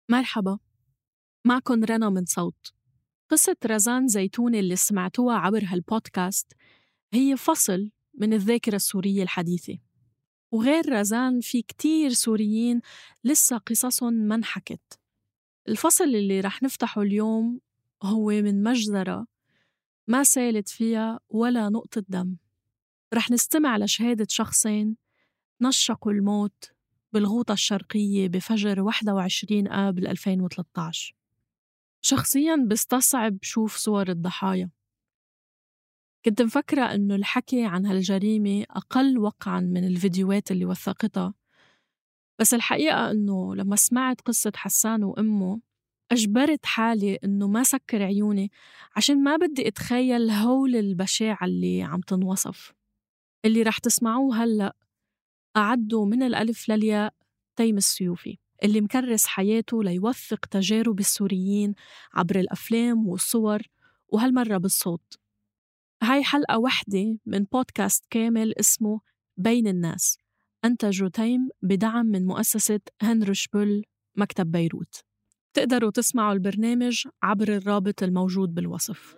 مرحبا، معكن رنا من صوت. قصة رزان زيتوني اللي سمعتوها عبر هالبودكاست هي فصل من الذاكرة السورية الحديثة، وغير رزان في كتير سوريين لسه قصصهم ما انحكت. الفصل اللي رح نفتحه اليوم هو من مجزرة ما سالت فيها ولا نقطة دم. رح نستمع لشهادة شخصين نشقوا الموت بالغوطة الشرقية بفجر 21 آب 2013. شخصياً بستصعب شوف صور الضحايا. كنت مفكرة إنه الحكي عن هالجريمة أقل وقعاً من الفيديوهات اللي وثقتها، بس الحقيقة إنه لما سمعت قصة حسان وأمه أجبرت حالي إنه ما سكر عيوني عشان ما بدي أتخيل هول البشاعة اللي عم تنوصف. اللي رح تسمعوه هلأ أعدوا من الألف للياء تيم السيوفي، اللي مكرس حياته ليوثق تجارب السوريين عبر الأفلام والصور، وهالمرة بالصوت. هاي حلقة واحدة من بودكاست كامل اسمه بين الناس، أنتجه تيم بدعم من مؤسسة هنرش بول مكتب بيروت. تقدروا تسمعوا البرنامج عبر الرابط الموجود بالوصف.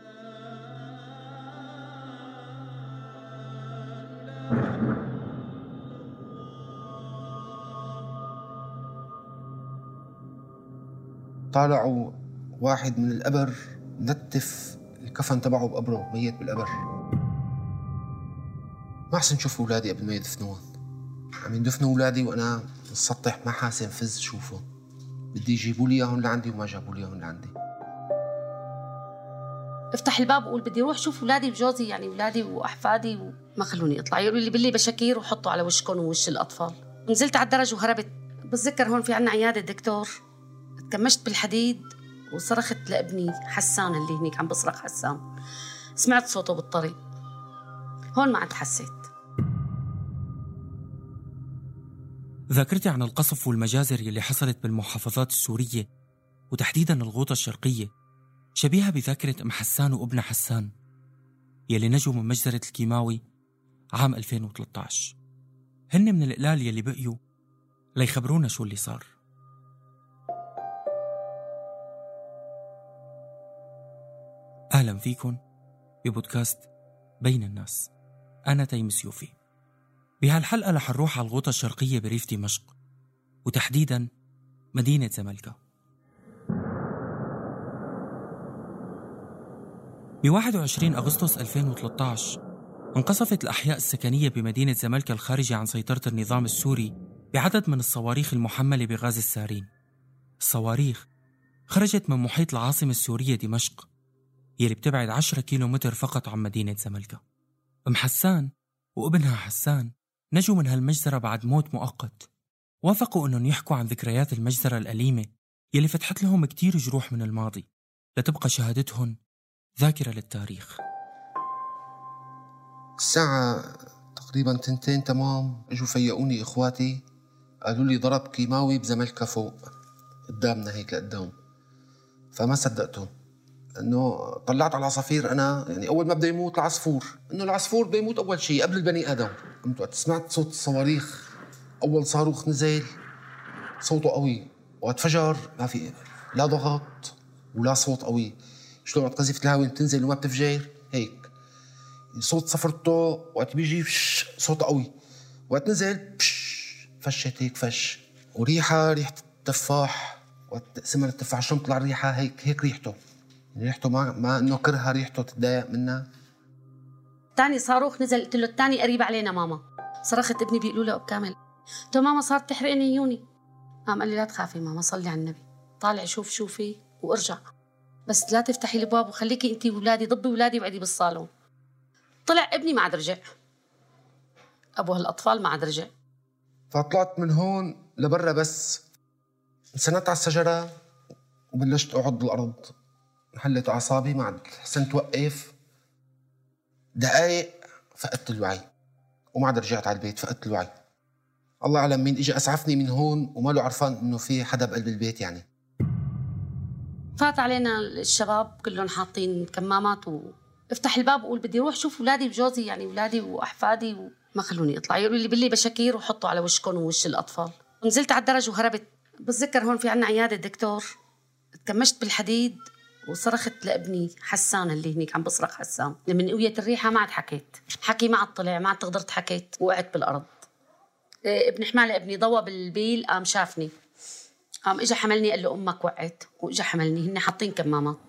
طالعوا واحد من القبر نتف الكفن تبعه بقبره ميت بالقبر. ما حسن شوف أولادي قبل ما يدفنوهم. عم يدفنوا أولادي وأنا بالسطح ما حاسن فز شوفهم. بدي يجيبوا لي إياهم لعندي وما جابوا لي إياهم لعندي. افتح الباب وقول بدي اروح شوف اولادي وجوزي، يعني اولادي واحفادي، وما خلوني اطلع. يقولوا لي باللي بشاكير وحطوا على وشكم ووش الاطفال. نزلت على الدرج وهربت. بتذكر هون في عنا عياده دكتور، تكمشت بالحديد وصرخت لابني حسان اللي هنيك عم بصرخ حسان. سمعت صوته بالطريق، هون ما عاد حسيت. ذاكرتي عن القصف والمجازر يلي حصلت بالمحافظات السورية وتحديداً الغوطة الشرقية شبيهة بذاكرة أم حسان وابن حسان يلي نجوا من مجزرة الكيماوي عام 2013. هن من القلال يلي بقيوا ليخبرونا شو اللي صار. أهلاً فيكن ببودكاست بين الناس. أنا تيم السيوفي. بهالحلقة رح نروح على الغوطة الشرقية بريف دمشق، وتحديداً مدينة زملكا. ب 21 أغسطس 2013 انقصفت الأحياء السكنية بمدينة زملكا الخارجة عن سيطرة النظام السوري بعدد من الصواريخ المحملة بغاز السارين. الصواريخ خرجت من محيط العاصمة السورية دمشق يلي بتبعد 10 كيلومتر فقط عن مدينة زملكا. أم حسان وابنها حسان نجوا من هالمجزرة بعد موت مؤقت. وافقوا أنهم يحكوا عن ذكريات المجزرة الأليمة يلي فتحت لهم كتير جروح من الماضي لتبقى شهادتهم ذاكرة للتاريخ. الساعة تقريباً 2 تمام اجوا فيقوني إخواتي، قالوا لي ضرب كيماوي بزملكا فوق قدامنا هيك لقدام. فما صدقتهم، انه طلعت على العصافير. انا يعني اول ما بده يموت العصفور، انه العصفور بده يموت اول شيء قبل البني ادم. قمت وقت سمعت صوت الصواريخ، اول صاروخ نزل صوته قوي، وقت فجر ما في لا ضغط ولا صوت قوي. شلون وقت قذيفة الهواء بتنزل وما بتفجر هيك صوت صفرته، وقت بيجي صوت قوي، وقت نزل فشت هيك فش. وريحة التفاح، وقت سمر التفاح شلون طلع ريحة هيك ريحته ما انه كرهها، ريحته تتضايق منها. تاني صاروخ نزل، قلت له التاني قريب علينا ماما. صرخت ابني بيقولوا له بكامل، قلت له ماما صارت تحرقني عيوني. قام قال لي لا تخافي ماما، صلي على النبي، طالع شوفي وارجع، بس لا تفتحي الباب وخليكي انتي وولادي، ضبي ولادي وقعدي بالصالون. طلع ابني ما عاد رجع، ابو هالاطفال ما عاد رجع. فطلعت من هون لبرا، بس انسندت على الشجره وبلشت اقعد بالارض. حلت اعصابي، ما عاد حسنت توقف. دقائق فقدت الوعي وما عاد رجعت على البيت. فقدت الوعي، الله اعلم مين اجى اسعفني من هون وما له عرفان انه في حدا بقلب البيت. يعني فات علينا الشباب كلهم حاطين كمامات افتح الباب وقول بدي اروح شوف اولادي وجوزي، يعني اولادي واحفادي، وما خلوني اطلع. يقولوا لي باللي بشاكير وحطوا على وشكم ووش الاطفال. نزلت على الدرج وهربت. بتذكر هون في عنا عيادة دكتور، تكمشت بالحديد وصرخت لابني حسان اللي هنيك عم بصرخ حسان، من قوية الريحة ما عاد حكيت، حكي ما عاد طلع، ما عاد قدرت حكيت، وقعت بالأرض. ابن حمالة ابني ضوى بالبيل، قام شافني، قام اجا حملني، قال له أمك وقعت، واجا حملني. هن حاطين كمامات.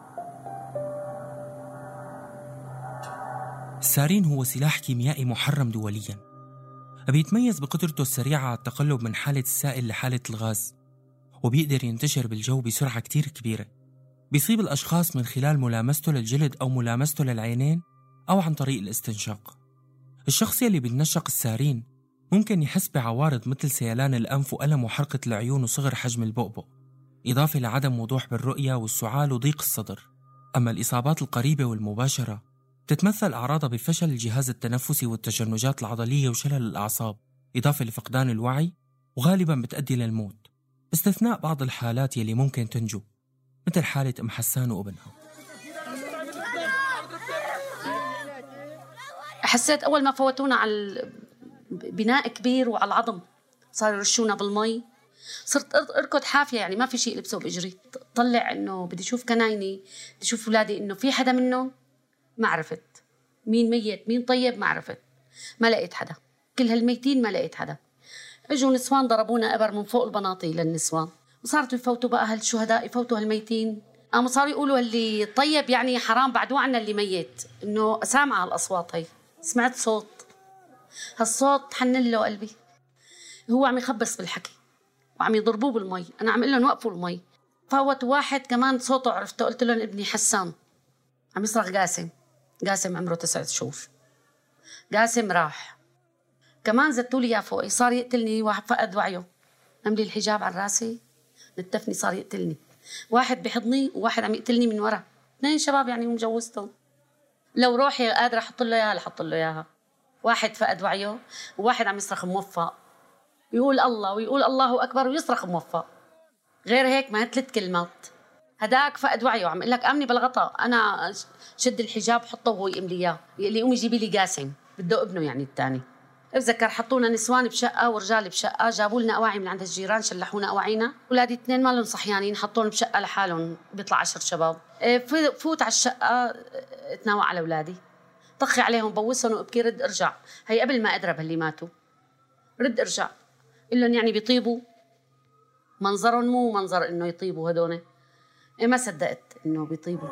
السارين هو سلاح كيميائي محرم دولياً، بيتميز بقدرته السريعة على التقلب من حالة السائل لحالة الغاز، وبيقدر ينتشر بالجو بسرعة كتير كبيرة. بيصيب الأشخاص من خلال ملامسته للجلد أو ملامسته للعينين أو عن طريق الاستنشاق. الشخص يلي بيتنشق السارين ممكن يحس بعوارض مثل سيلان الأنف وألم وحرقة العيون وصغر حجم البؤبؤ، إضافة لعدم وضوح بالرؤية والسعال وضيق الصدر. أما الإصابات القريبة والمباشرة تتمثل أعراضها بفشل الجهاز التنفسي والتشنجات العضلية وشلل الأعصاب، إضافة لفقدان الوعي، وغالباً بتؤدي للموت، باستثناء بعض الحالات يلي ممكن تنجو، مثل حالة أم حسان وابنها. حسيت أول ما فوتونا على بناء كبير وعلى العظم، صاروا يرشونا بالمي، صرت أركض حافية، يعني ما في شيء لبسه بإجري. طلع إنه بدي أشوف كنايني، بدي أشوف أولادي، إنه في حدا منهم ما عرفت مين ميت مين طيب، ما عرفت، ما لقيت حدا، كل هالميتين ما لقيت حدا. اجوا نسوان ضربونا إبر من فوق البناطي للنسوان، وصارتوا يفوتوا بقى هالشهداء، يفوتوا هالميتين، قاموا صاروا يقولوا اللي طيب يعني حرام بعدوا عنا اللي ميت. إنه سامعة هالأصوات هي، سمعت صوت، هالصوت حنن له قلبي. هو عم يخبص بالحكي وعم يضربوه بالمي، أنا عم أقول لهم وقفوا المي. فوت واحد كمان صوته عرفته، قلت لهم ابني حسان، عم يصرخ قاسم عمره 9 شهور. قاسم راح كمان، زتوا لي يا فوقي، صار يقتلني، فقد وعيه، عملي الحجاب على راسي، نتفني، صار يقتلني. واحد بحضني وواحد عم يقتلني من ورا، 2 شباب يعني ومجوزتهم. لو روحي قادرة أحط له إياها لحط له إياها. واحد فقد وعيه وواحد عم يصرخ موفق، يقول الله ويقول الله أكبر ويصرخ موفق. غير هيك ما 3 كلمات. هداك فقد وعيه، عم اقول لك امني بالغطاء، انا شد الحجاب حطه وهو يملي اياه، يقول لي قومي جيبي لي قاسم، بده ابنه يعني الثاني. بتذكر حطونا نسوان بشقه ورجال بشقه، جابوا لنا اواعي من عند الجيران، شلحونا اواعينا، اولادي 2 ما لهم صحيانين، حطوهم بشقه لحالهم، بيطلع 10 شباب. فوت على الشقه، اتناوى على اولادي، طخي عليهم، بوسهم وابكي، رد ارجع. هي قبل ما اضرب اللي ماتوا، رد ارجع، قل لهم يعني بيطيبوا، منظرهم مو منظر انه يطيبوا هدول. ما صدقت إنه بيطيبوا.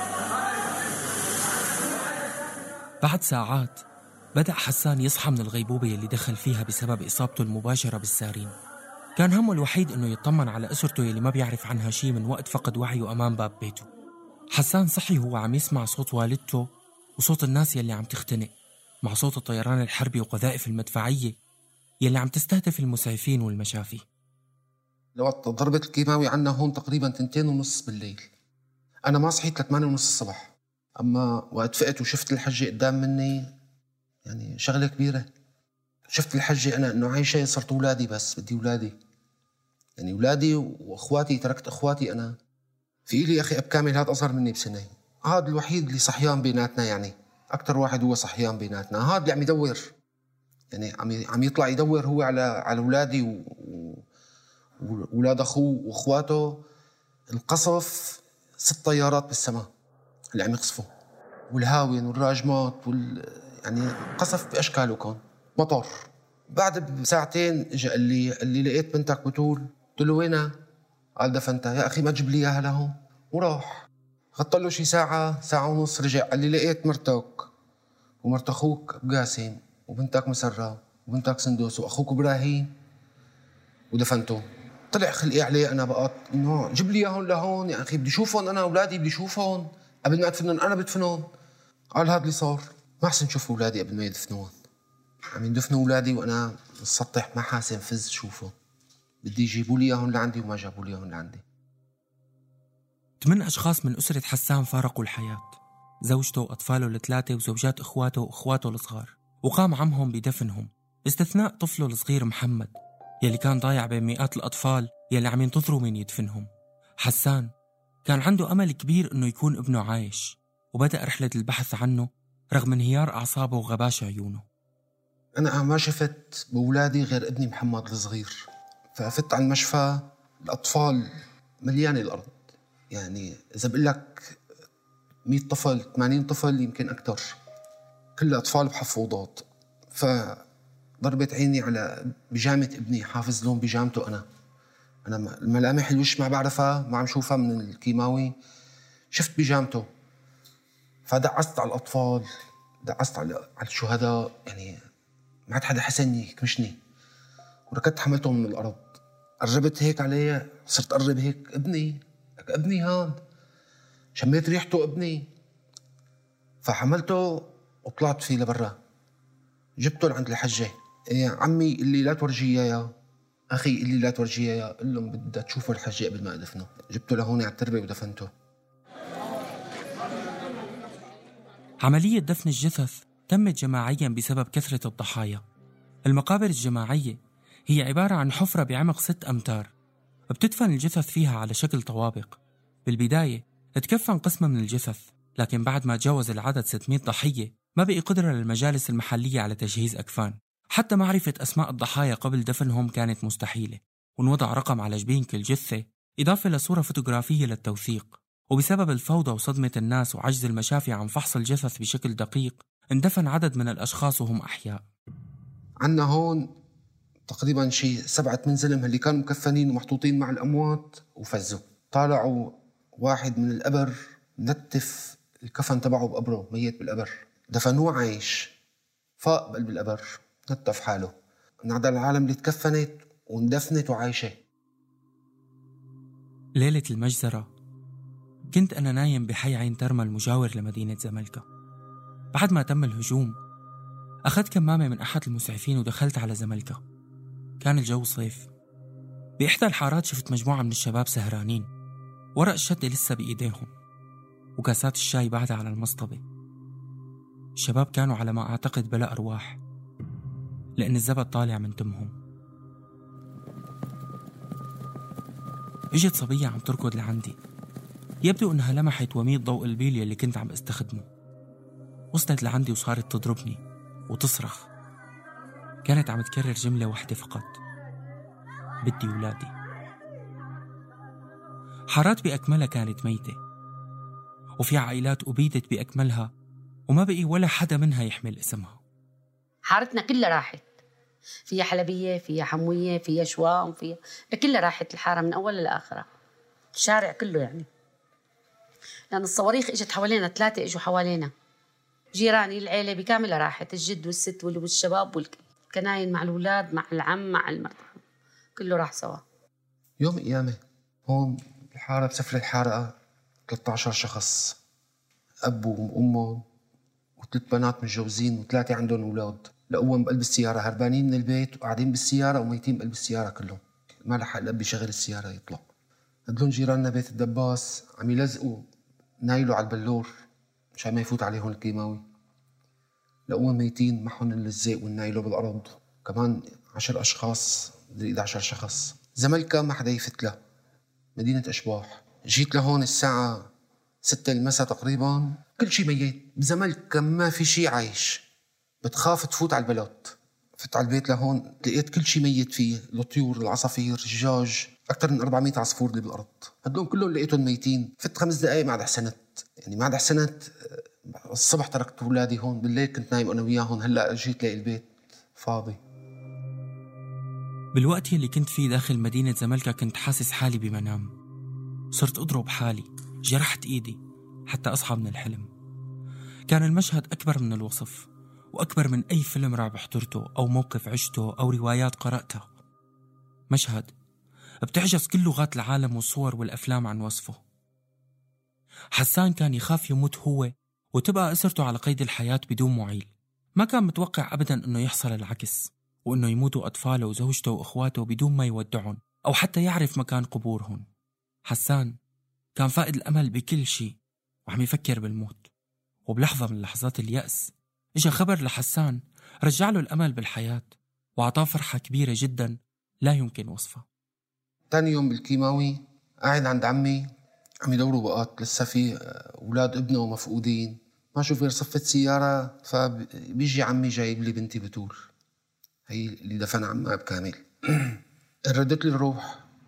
بعد ساعات بدأ حسان يصحى من الغيبوبة اللي دخل فيها بسبب إصابته المباشرة بالسارين. كان همه الوحيد إنه يطمن على أسرته اللي ما بيعرف عنها شيء من وقت فقد وعيه أمام باب بيته. حسان صحي هو عم يسمع صوت والدته وصوت الناس يلي عم تختنق، مع صوت الطيران الحربي وقذائف المدفعية يلي عم تستهدف المسعفين والمشافي. لوقت ضربت الكيماوي عنا هون تقريبا 2:30 بالليل. أنا ما صحيت ل 8:30 الصبح، أما وقت فقت وشفت الحجة قدام مني، يعني شغلة كبيرة. شفت الحجة أنا إنه عايشة، صرت أولادي، بس بدي أولادي، يعني أولادي وأخواتي، تركت أخواتي. أنا في إلي أخي أب كامل، هذا أصغر مني بسنة، هذا الوحيد اللي صحيان بيناتنا، يعني أكتر واحد هو صحيان بيناتنا، هذا اللي عم يدور، يعني عم يطلع يدور هو على أولادي وولاد أخوه وأخواته. القصف 6 طيارات بالسماء اللي عم يقصفوا، والهاون والراجمات يعني قصف بأشكاله، كان مطر. بعد بساعتين اجى قال لي لقيت بنتك بتول. قلت له وينها؟ قال دفنتها. يا أخي ما تجيب لي إياها لهون. وراح غطى له شي ساعة ونص، رجع قال لي لقيت مرتك ومرت أخوك قاسم وبنتك مسرة وبنتك سندوس وأخوك إبراهيم ودفنته. طلع خلقي عليه أنا بقى إنه جيب لي إياهم لهون، يا أخي بدي شوفهم، أنا أولادي بدي شوفهم قبل ما أدفنهم، أنا بدفنهم. قال هذا اللي صار، ما حسن شوف أولادي قبل ما يدفنون، عم يدفنوا أولادي وأنا بالسطح ما حاسن فز شوفهم، بدي يجيبوا لي إياهم لعندي وما جابوا لي إياهم لعندي. 8 أشخاص من أسرة حسان فارقوا الحياة، زوجته وأطفاله ال3 وزوجات إخواته وأخواته الصغار، وقام عمهم بدفنهم باستثناء طفله الصغير محمد يلي كان ضايع بين مئات الأطفال يلي عم ينتظروا من يدفنهم. حسان كان عنده أمل كبير إنه يكون ابنه عايش، وبدأ رحلة البحث عنه رغم انهيار أعصابه وغباش عيونه. أنا ما شفت بأولادي غير ابني محمد الصغير، ففت على المشفى الأطفال مليانة الأرض، يعني إذا بقول لك 100 طفل 80 طفل يمكن أكتر، كل أطفال بحفوضات. فضربت عيني على بيجامة ابني، حافظ لون بيجامته. أنا الملامح الوش ما بعرفها، ما عم شوفها من الكيماوي، شفت بيجامته. فدعست على الأطفال، دعست على الشهداء، يعني ما عاد حدا حسني يكمشني، وركضت حملتهم من الأرض. قربت هيك عليه، صرت قرب هيك، ابني هاد، شميت ريحته ابني. فحملته وطلعت فيه لبرا، جبته لعند الحجة. يا عمي اللي لا تورجيه يا أخي، اللي لا تورجيه يا، قل لهم بدها تشوفوا الحجة قبل ما أدفنه. جبته لهون على التربة ودفنته. عملية دفن الجثث تمت جماعياً بسبب كثرة الضحايا. المقابر الجماعية هي عبارة عن حفرة بعمق 6 أمتار، بتدفن الجثث فيها على شكل طوابق. بالبداية تكفن قسم من الجثث، لكن بعد ما تجاوز العدد 600 ضحية ما بقي قدرة للمجالس المحلية على تجهيز أكفان. حتى معرفة أسماء الضحايا قبل دفنهم كانت مستحيلة، ونوضع رقم على جبين كل جثة إضافة لصورة فوتوغرافية للتوثيق. وبسبب الفوضى وصدمة الناس وعجز المشافي عن فحص الجثث بشكل دقيق، اندفن عدد من الأشخاص وهم أحياء. عنا هون تقريبا شي 7 منزلم اللي كانوا مكفنين ومحطوطين مع الأموات وفزوا. طالعوا واحد من القبر نتف الكفن تبعه بقبره، ميت بالقبر، دفنوه عايش، فاق بقلب القبر، نتف حاله. نعدى العالم اللي تكفنت واندفنت وعايشة. ليلة المجزرة كنت أنا نايم بحي عين ترمى المجاور لمدينة زملكة. بعد ما تم الهجوم أخذت كمامة من أحد المسعفين ودخلت على زملكة. كان الجو صيف. بإحدى الحارات شفت مجموعة من الشباب سهرانين، ورق الشدة لسه بإيديهم وكاسات الشاي بعدها على المصطبة. الشباب كانوا على ما أعتقد بلا أرواح، لأن الزبد طالع من تمهم. اجت صبية عم تركض لعندي، يبدو أنها لمحت وميض ضوء البيليا اللي كنت عم استخدمه. وصلت لعندي وصارت تضربني وتصرخ. كانت عم تكرر جملة واحدة فقط: بدي ولادي. حارات بأكملها كانت ميتة، وفي عائلات أبيدت بأكملها وما بقي ولا حدا منها يحمل اسمها. حارتنا كلها راحت، فيها حلبية، فيها حموية، فيها شوام، فيها كلها راحت الحارة من أول لآخرها، الشارع كله يعني. لأن الصواريخ إجت حوالينا، 3 إجوا حوالينا، جيراني العيلة بكاملها راحت، الجد والست والشباب والكناين مع الأولاد مع العم مع المرت، كله راح سوا. يوم قيامة هون الحارة بسفر الحارة 13 شخص، أب وأمهم و3 بنات متجوزين و3 عندهم أولاد. لقوهم بقلب السيارة هربانين من البيت وقاعدين بالسيارة وميتين بقلب السيارة كلهم. ما لحق الأب يشغل السيارة يطلع. هدلون جيراننا بيت الدباس عم يلزقوا نايلوا على البلور مشان ما يفوت عليهم الكيماوي. لقوهم ميتين معهم اللزاق والنايلو بالأرض. كمان 10 أشخاص، 11 شخص. زملكة ما حدا يفت له، مدينة أشباح. جيت لهون الساعة 6 المساء تقريبا، كل شي ميت بزملكة، ما في شي عايش. بتخاف تفوت على البلد. فت على البيت لهون لقيت كل شي ميت فيه، الطيور، العصافير، الدجاج، أكثر من 400 عصفور اللي بالأرض. هدول كلهم لقيتهم ميتين. فت 5 دقايق ما عاد حسنت، يعني ما عاد حسنت. الصبح تركت أولادي هون، بالليل كنت نايم أنا وياهم. هلأ جيت لاقي البيت فاضي. بالوقت اللي كنت فيه داخل مدينة زملكة كنت حاسس حالي بمنام. صرت أضرب حالي، جرحت إيدي حتى أصحى من الحلم. كان المشهد أكبر من الوصف، وأكبر من أي فيلم رعب حضرته أو موقف عشته أو روايات قرأتها. مشهد بتعجز كل لغات العالم والصور والأفلام عن وصفه. حسان كان يخاف يموت هو وتبقى أسرته على قيد الحياة بدون معيل. ما كان متوقع أبدا أنه يحصل العكس، وأنه يموتوا أطفاله وزوجته وإخواته بدون ما يودعهم أو حتى يعرف مكان قبورهم. حسان كان فائد الأمل بكل شيء وعم يفكر بالموت. وبلحظة من لحظات اليأس إجا خبر لحسان رجع له الأمل بالحياة وعطاه فرحة كبيرة جدا لا يمكن وصفها. تاني يوم بالكيماوي قاعد عند عمي عم يدوروا بقات، لسه في أولاد ابنه مفقودين. ما شوف غير صفة سيارة، فبيجي عمي جايب لي بنتي بتول، هي اللي دفن عمها بكامل. ردت لي الروح،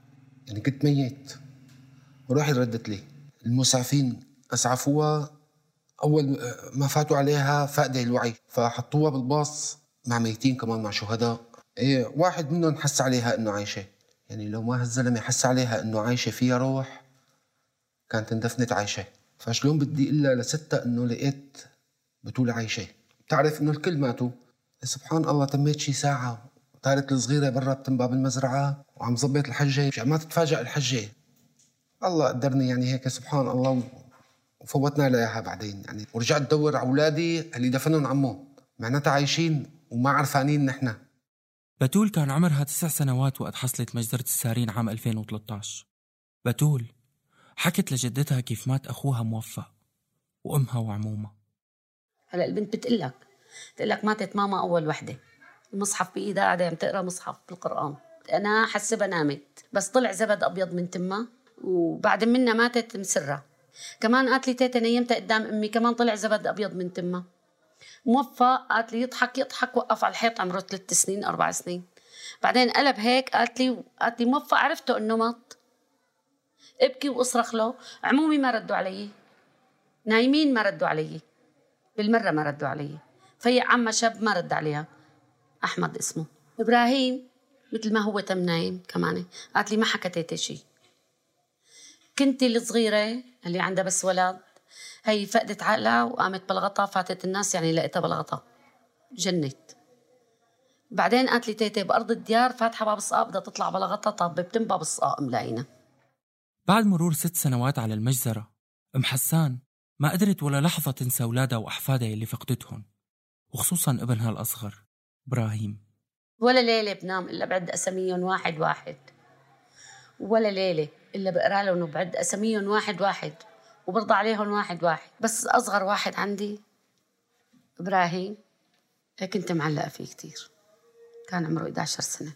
يعني كنت ميت. وروحي ردت لي. المسعفين أسعفوها، أول ما فاتوا عليها فقد الوعي، فحطوها بالباص مع ميتين كمان، مع شهداء. إيه، واحد منهم حس عليها إنه عايشة. يعني لو ما هالزلمة حس عليها إنه عايشة فيها روح كانت اندفنت عايشة. فشلون بدي إلا لستة إنه لقيت بتول عايشة؟ بتعرف إنه الكل ماتوا. سبحان الله، تميت شي ساعة طارت الصغيرة برا بتنبع بالمزرعة وعم زبط الحجة، مش ما تتفاجأ الحجة. الله قدرني يعني هيك، سبحان الله، وفوتنا لها بعدين يعني. ورجعت دور على أولادي اللي دفنهم عمو، معناتها عايشين وما عرفانين نحن. بتول كان عمرها 9 سنوات وقت حصلت مجزرة السارين عام 2013. بتول حكت لجدتها كيف مات أخوها موفق وأمها وعمومها. هلا البنت بتقلك ماتت ماما أول وحدة، المصحف بإيدها قاعدة عم تقرأ مصحف بالقرآن. أنا حسبها نامت، بس طلع زبد أبيض من تمها، وبعد منها ماتت مسرة. كمان قالت لي تيتا نيمتها قدام أمي، كمان طلع زبد أبيض من تمها. موفق قالت لي يضحك وقف على الحيط، عمره 3 سنين 4 سنين. بعدين قلب هيك، قالت لي موفق عرفته إنه مات. ابكي واصرخ له. عمومي ما ردوا علي، نايمين ما ردوا علي، بالمرة ما ردوا علي. في عمة شاب ما رد عليها، أحمد اسمه. إبراهيم مثل ما هو تم نايم كمان. قالت لي ما حكت شيء. كنتي الصغيرة اللي عندها بس ولد، هي فقدت عقلها وقامت بلغطها، فاتت الناس يعني لقيتها بلغطها جنت. بعدين قالت لي تيتي بأرض الديار فاتحة باب الصقاء بدها تطلع بلغطها، طب بتنبى بالصقاء ملاقينا. بعد مرور 6 سنوات على المجزرة، أم حسان ما قدرت ولا لحظة تنسى أولادها وأحفادها اللي فقدتهم، وخصوصاً ابنها الأصغر إبراهيم. ولا ليلة بنام إلا بعد أساميهم واحد واحد، ولا ليلة إلا بقرأ لهم وبعد أساميهم واحد واحد، وبرضى عليهم واحد واحد. بس أصغر واحد عندي إبراهيم كنت معلقة فيه كتير، كان عمره 11 سنة.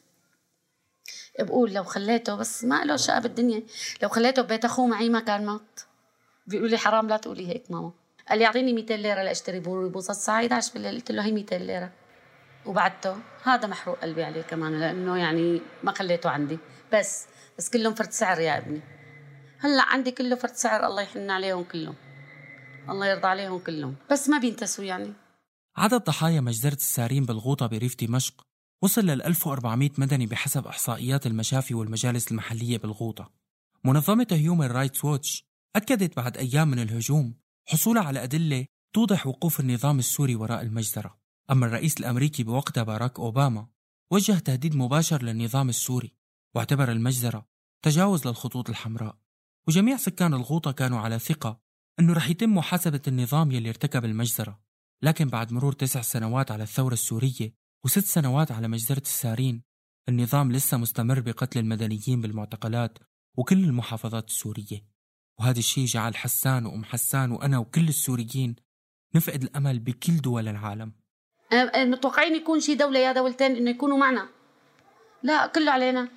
بقول لو خليته، بس ما له شقة بالدنيا، لو خليته ببيت أخوه معي ما كان مات. بيقولوا لي حرام لا تقولي هيك ماما. قال لي يعطيني 200 ليرة لأشتري بوصة الساعة 11 بالليل. قلت له هي 200 ليرة وبعته. هذا محروق قلبي عليه كمان، لأنه يعني ما خليته عندي. بس كلهم فرد سعر يا ابني. هلأ عندي كله فرد سعر، الله يحن عليهم كلهم، الله يرضى عليهم كلهم، بس ما بينتسوا يعني. عدد ضحايا مجزرة السارين بالغوطة بريف دمشق وصل لل 1400 مدني بحسب إحصائيات المشافي والمجالس المحلية بالغوطة. منظمة هيومن رايتس ووتش أكدت بعد أيام من الهجوم حصولها على أدلة توضح وقوف النظام السوري وراء المجزرة. أما الرئيس الأمريكي بوقتها باراك أوباما وجه تهديد مباشر للنظام السوري، واعتبر المجزرة تجاوز للخطوط الحمراء. وجميع سكان الغوطة كانوا على ثقة أنه رح يتم محاسبة النظام يلي ارتكب المجزرة. لكن بعد مرور 9 سنوات على الثورة السورية و6 سنوات على مجزرة السارين، النظام لسه مستمر بقتل المدنيين بالمعتقلات وكل المحافظات السورية. وهذا الشيء جعل حسان وأم حسان وأنا وكل السوريين نفقد الأمل بكل دول العالم. متوقعين يكون شي دولة يا دولتين إنه يكونوا معنا؟ لا، كله علينا،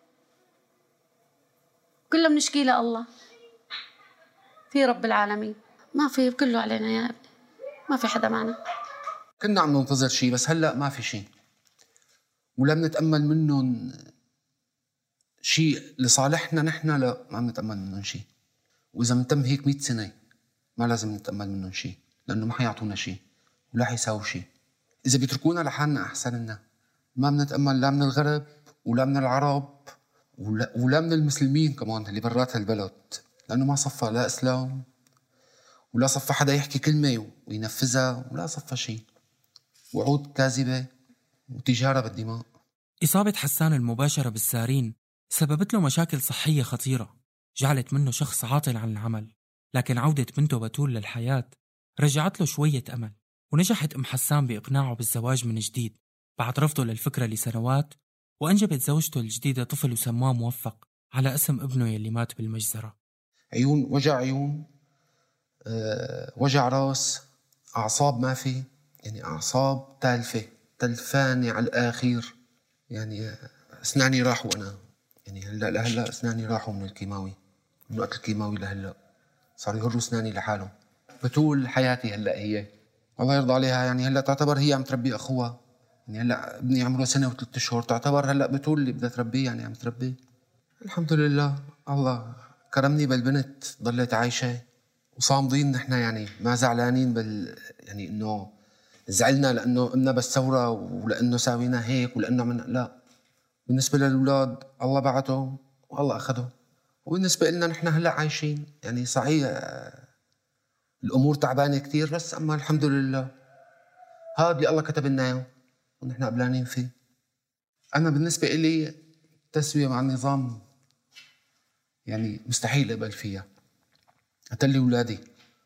كله بنشكي له الله، في رب العالمين، ما في، كله علينا يا ابني، ما في حدا معنا. كنا عم ننتظر شيء، بس هلأ ما في شيء، ولا بنتأمل منهم شيء لصالحنا نحن. لا، ما بنتأمل منهم شيء. وإذا منتم هيك 100 سنة ما لازم نتأمل منهم شيء، لأنه ما حيعطونا شيء ولا حيساووا شيء. إذا بيتركونا لحالنا أحسن لنا. ما بنتأمل لا من الغرب ولا من العرب ولا من المسلمين كمان اللي برات هالبلد، لأنه ما صفى لا إسلام ولا صفى حدا يحكي كلمة وينفذها، ولا صفى شيء. وعود كاذبة وتجارة بالدماء. إصابة حسان المباشرة بالسارين سببت له مشاكل صحية خطيرة، جعلت منه شخص عاطل عن العمل. لكن عودة بنته بتول للحياة رجعت له شوية أمل، ونجحت أم حسان بإقناعه بالزواج من جديد بعد رفضه للفكرة لسنوات، وأنجبت زوجته الجديدة طفل وسماه موفق على اسم ابنه يلي مات بالمجزرة. عيون، وجع عيون، وجع راس، أعصاب ما في، يعني أعصاب تلفاني على الآخر. يعني أسناني راحوا أنا، يعني هلأ أسناني راحوا من الكيماوي، من وقت الكيماوي لهلأ صار يهروا أسناني لحالهم. بتول حياتي هلأ هي، الله يرضى عليها. يعني هلأ تعتبر هي عم تربي أخوها. يعني هلأ ابني عمره 1 و3 أشهر، تعتبر هلأ بتول اللي بدها تربيه، يعني عم تربيه. الحمد لله الله كرمني بالبنت ضلت عايشة وصامدين نحن، يعني ما زعلانين يعني إنه زعلنا لأنه قمنا بالثورة ولأنه ساوينا هيك ولأنه لا، بالنسبة للأولاد الله بعتهم والله أخذهم، وبالنسبة لنا نحن هلأ عايشين. يعني صحيح الأمور تعبانة كتير، بس أما الحمد لله هذا اللي الله كتب لنا إياه ونحن قبلانين فيه. أنا بالنسبة إلي التسوية مع النظام يعني مستحيل أقبل فيها، قتلي أولادي.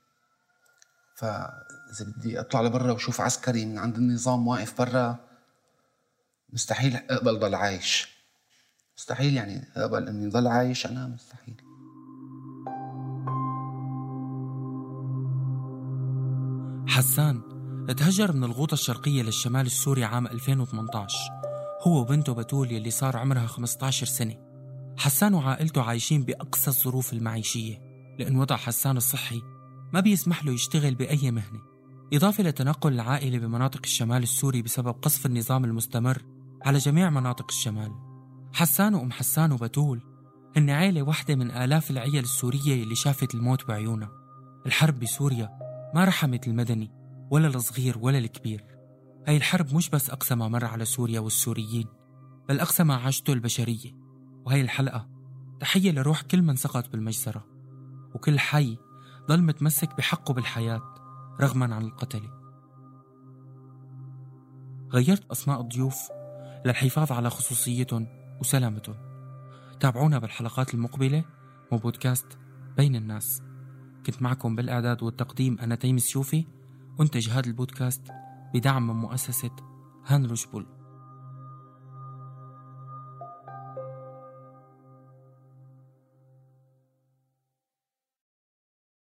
فإذا بدي أطلع لبرا وشوف عسكري من عند النظام واقف برا، مستحيل أقبل ضل عايش، مستحيل يعني أقبل أني ضل عايش، أنا مستحيل. حسان تهجر من الغوطة الشرقية للشمال السوري عام 2018 هو وبنته بتول يلي صار عمرها 15 سنة. حسان وعائلته عايشين بأقصى الظروف المعيشية، لأن وضع حسان الصحي ما بيسمح له يشتغل بأي مهنة، إضافة لتنقل العائلة بمناطق الشمال السوري بسبب قصف النظام المستمر على جميع مناطق الشمال. حسان وأم حسان وبتول هن عائلة واحدة من آلاف العيال السورية اللي شافت الموت بعيونها. الحرب بسوريا ما رحمت المدني ولا الصغير ولا الكبير. هاي الحرب مش بس أقصى ما مر على سوريا والسوريين، بل أقصى ما عاشته البشرية. وهي الحلقة تحية لروح كل من سقط بالمجزرة، وكل حي ضل متمسك بحقه بالحياة رغما عن القتل. غيرت أسماء الضيوف للحفاظ على خصوصيتهم وسلامتهم. تابعونا بالحلقات المقبلة وبودكاست بين الناس. كنت معكم بالإعداد والتقديم أنا تيم السيوفي، أنتج هذا البودكاست بدعم من مؤسسة هانروش بول.